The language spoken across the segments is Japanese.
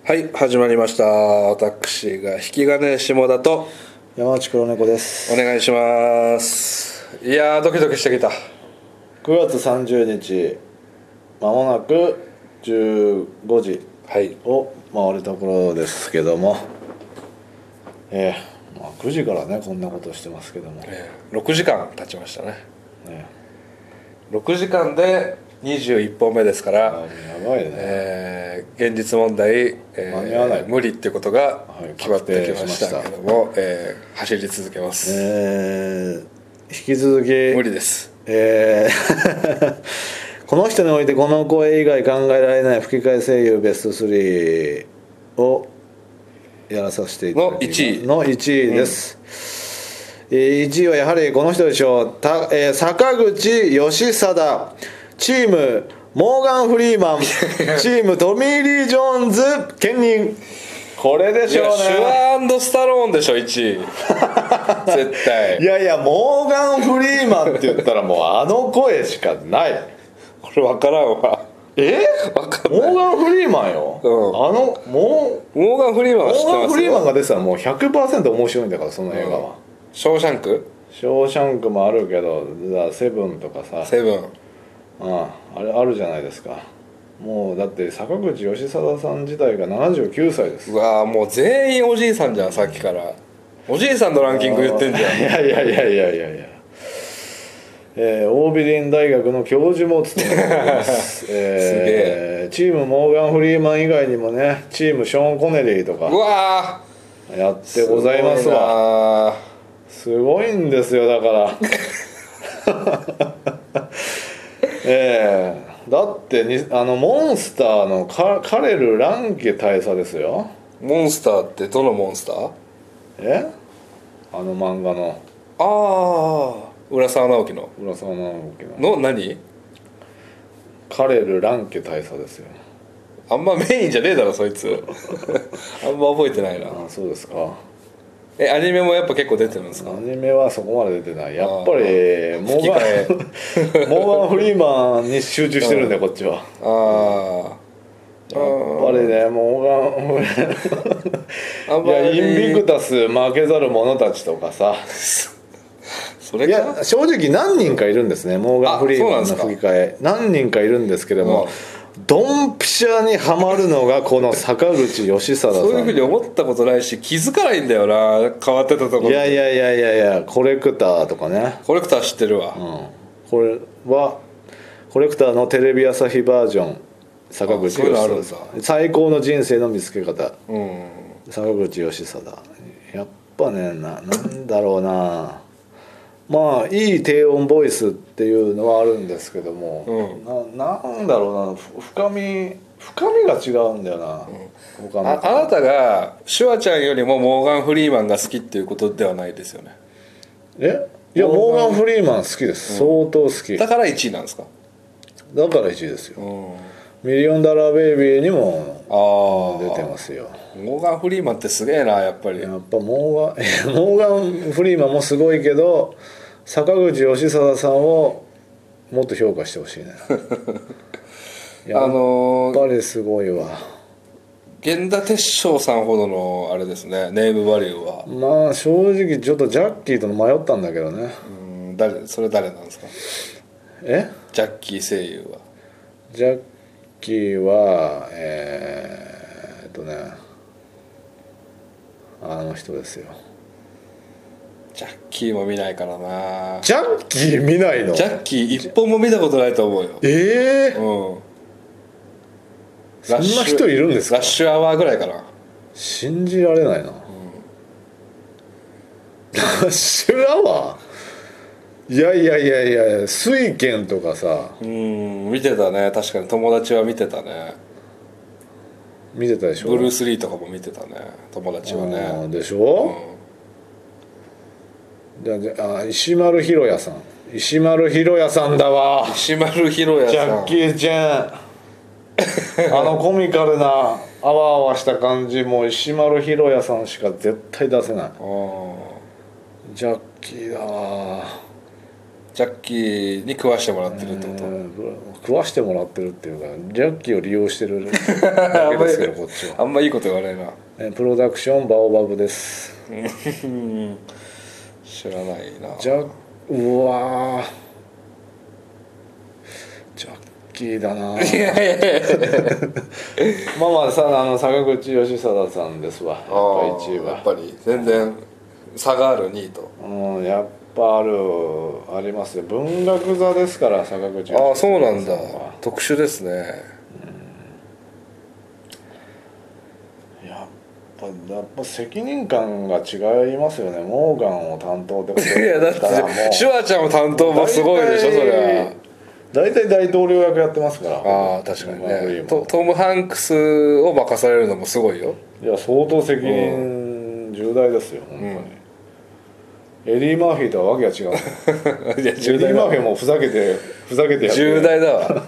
はい、始まりました。私が引き金下田と山内黒猫です。 お願いします。いやー、ドキドキしてきた。 9月30日まもなく15時はいを回るところですけども、9時からねこんなことしてますけども、 6時間経ちましたね。 ね、 6時間で21本目ですから、 やばいね、 現実問題、 間に合わない無理っていうことが決まってきましたけども、 確走り続けます。 引き続き無理です。 この人においてこの声以外考えられない吹き替え声優ベスト3をやらさせていただきますの1位です、1位はやはりこの人でしょう。坂口義貞、チームモーガン・フリーマンチームトミー・リー・ジョーンズ兼任。これでしょうね。 シュワ&スタローンでしょ、1位絶対。 いやいや、モーガン・フリーマンって言ったらもうあの声しかない。 これ分からんわ。分かんない。 モーガン・フリーマンよ、 モーガン・フリーマンは知ってますよ。 モーガン・フリーマンが出てたらもう 100% 面白いんだから、その映画は、 ショーシャンクもあるけど、セブンとかさ、 セブン、 あれあるじゃないですか。もうだって坂口義貞さん自体が79歳です。 うわー、もう全員おじいさんじゃん。さっきからおじいさんのランキング言ってんじゃん。 いやオービリン大学の教授も務めております、 すげえ。 チームモーガン・フリーマン以外にもね、チームショーン・コネリーとうかわやってございますわ。すごいんですよ、だからだってモンスターのカレル・ランケ大佐ですよ。 モンスターってどのモンスター？ 漫画の浦沢直樹の何？ カレル・ランケ大佐ですよ。 あんまメインじゃねえだろそいつあんま覚えてないな。 そうですか。 アニメもやっぱ結構出てるんですか？ アニメはそこまで出てない。やっぱりモーガン・フリーマンに集中してるんだよ、こっちは。やっぱりね、モーガンいや、インビクタス負けざる者たちとかさそれか。 いや、正直何人かいるんですね、モーガン・フリーマンの吹き替え。何人かいるんですけども、ドンピシャにはまるのがこの坂口義貞さん。 そういうふうに思ったことないし、気づかないんだよな、変わってたところ。 いや、コレクターとかね。 コレクター知ってるわ。 これはコレクターのテレビ朝日バージョン、坂口義貞さん、最高の人生の見つけ方、坂口義貞。やっぱね、なんだろうな、まあいい低音ボイスっていうのはあるんですけども、なんだろうな、深みが違うんだよな、他の。 あなたがシュワちゃんよりもモーガン・フリーマンが好きっていうことではないですよね。 いや、モーガン・フリーマン好きです、相当好き。 だから1位なんですか？ だから1位ですよ。ミリオンダラーベイビーにも出てますよ。 モーガン・フリーマンってすげえな、やっぱり。 やっぱモーガン・フリーマンもすごいけど、坂口義貞さんをもっと評価してほしいねやっぱりすごいわ。 源田鉄章さんほどのあれですね、ネームバリューは。 まあ正直ちょっとジャッキーと迷ったんだけどね。 それ誰なんですか？ジャッキー声優は。 ジャッキーはあの人ですよ。 ジャッキーも見ないからな。 ジャッキー見ないの？ ジャッキー一本も見たことないと思うよ。 そんな人いるんですか？ ラッシュアワーぐらいかな。 信じられないな、ラッシュアワー。いや水拳とかさ。 見てたね。確かに友達は見てたね。 見てたでしょ。 ブルース・リーとかも見てたね、友達はね。 でしょ、石丸ひろやさん。石丸ひろやさんだわ。 石丸ひろやさん。 ジャッキー・チェンコミカルなあわあわした感じも石丸ひろやさんしか絶対出せない。ジャッキーだわ。 ジャッキーに食わしてもらってるってこと。 食わしてもらってるっていうかジャッキーを利用してるだけですけどこっちはあんまいいこと言わないな。 プロダクションバオバブです。 知らないな。 うわジャッキーだな。まあ坂口義貞さんですわ。やっぱ1位はやっぱり全然差がある2位と。 やっぱありますよ。文学座ですから坂口義貞さんは。 そうなんだ。特殊ですね。 やっぱ責任感が違いますよね。モーガンを担当ってこといやだってシュワちゃんも担当もすごいでしょそれは。 大体大統領役やってますから。 確かにね。トム・ハンクスを任されるのもすごいよ。 いや相当責任重大ですよ本当に。エディ・マーフィーとはわけが違う。エディ・マーフィーもふざけてやって重大だわ。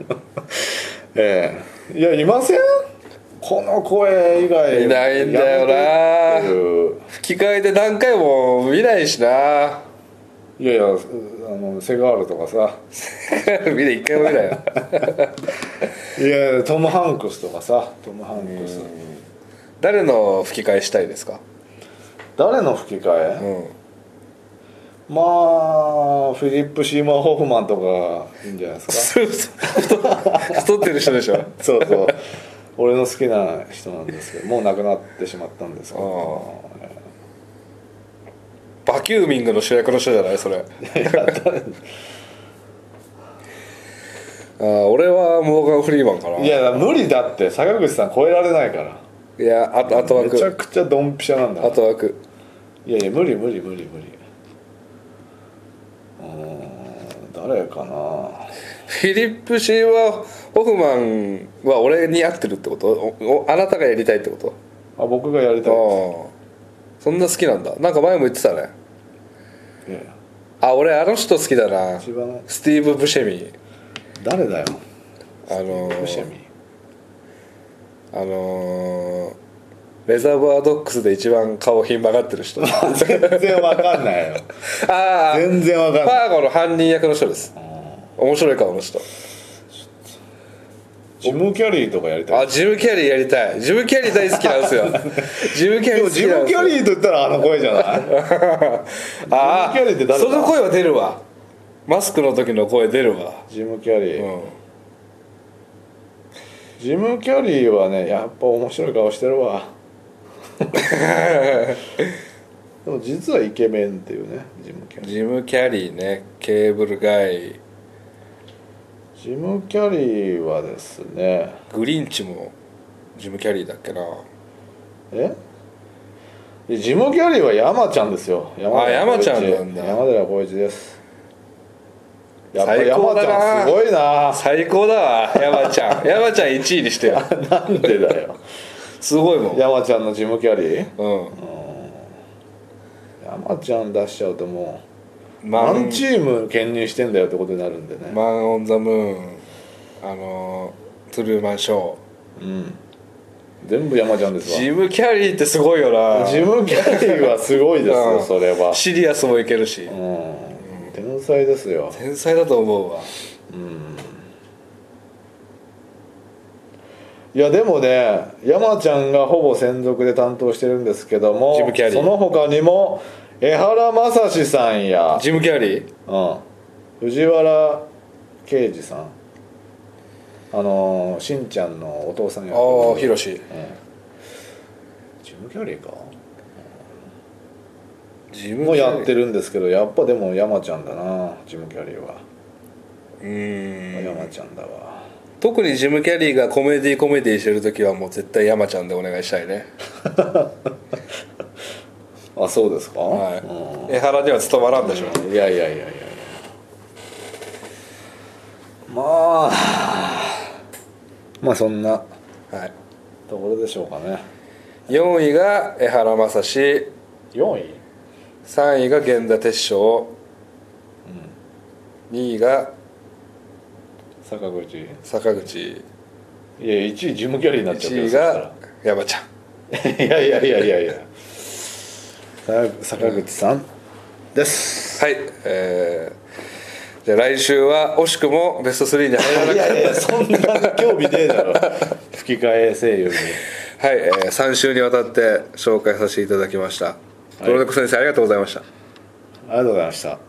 いやいません。この声以外いないんだよな。吹き替えで何回も見ないしな。 いやセガールとかさ見て一回も見ないよ。 いやトム・ハンクスとかさ誰の吹き替えしたいですか。 誰の吹き替え、まあフィリップ・シーマー・ホフマンとかいいんじゃないですか。 太ってる人でしょ。 そう俺の好きな人なんですけどもう亡くなってしまったんですけど、 バキューミングの主役の人じゃないそれ。俺はモーガン・フリーマンかな。 いや無理だって坂口さん超えられないから。 いや後枠めちゃくちゃドンピシャなんだから。 後枠。 いや無理誰かな。 フィリップ・シーワー・ホフマンは俺に合ってるってこと？あなたがやりたいってこと？ 僕がやりたいです。 そんな好きなんだ。なんか前も言ってたね。 いや俺あの人好きだな。スティーブ・ブシェミ。 誰だよブシェミ。レザーバードックスで一番顔ひん曲がってる人。 全然わかんないよ。全然わかんない。 ファーゴの犯人役の人です。面白い顔の人。 ジム・キャリーとかやりたい。 ジム・キャリーやりたい。ジム・キャリー大好きなんですよ。ジム・キャリー好きなんですよ。 ジム・キャリーと言ったらあの声じゃない。ジム・キャリーって誰だ。 その声は出るわ。マスクの時の声出るわ。 ジム・キャリー、ジム・キャリーはねやっぱ面白い顔してるわ。でも実はイケメンっていうね。 ジム・キャリーね。ケーブルガイ。 ジム・キャリーはですね、 グリンチもジム・キャリーだっけな。 ジム・キャリーは山ちゃんですよ。 山ちゃんなんだ。 山寺宏一です。やっぱ山ちゃんすごいな。 最高だわ山ちゃん。山ちゃん1位にしてよ。 なんでだよ。 すごいもん。 山ちゃんのジム・キャリー。山ちゃん出しちゃうともう何チーム兼任してんだよってことになるんでね。 マン・オン・ザ・ムーン、トゥルーマン・ショー、 全部山ちゃんですわ。 ジム・キャリーってすごいよな。 ジム・キャリーはすごいですよ。それはシリアスもいけるし、 天才ですよ。 天才だと思うわ。 いやでもね山ちゃんがほぼ専属で担当してるんですけども、 ジム・キャリー、 その他にも江原正史さんやジム・キャリー、藤原啓治さん、しんちゃんのお父さんやヒロシ、 ジム・キャリーかジムもやってるんですけど、やっぱでも山ちゃんだな。ジム・キャリーは山ちゃんだわ。 特にジム・キャリーがコメディしてる時はもう絶対山ちゃんでお願いしたいね。 あ、そうですか。 江原には務まらんでしょ。 いやまあそんなところでしょうかね。 4位が江原正史、 4位 3位が源田鉄章、2位が坂口。いや1位ジム・キャリーになっちゃうけど、 1位が山ちゃん。 いや坂口さんです。 はい、 じゃあ来週は惜しくもベスト3に入らなかったいやいやそんな興味ねえだろ吹き替え声優に。 はい、3週にわたって紹介させていただきました。トロネコ先生ありがとうございました。 ありがとうございました。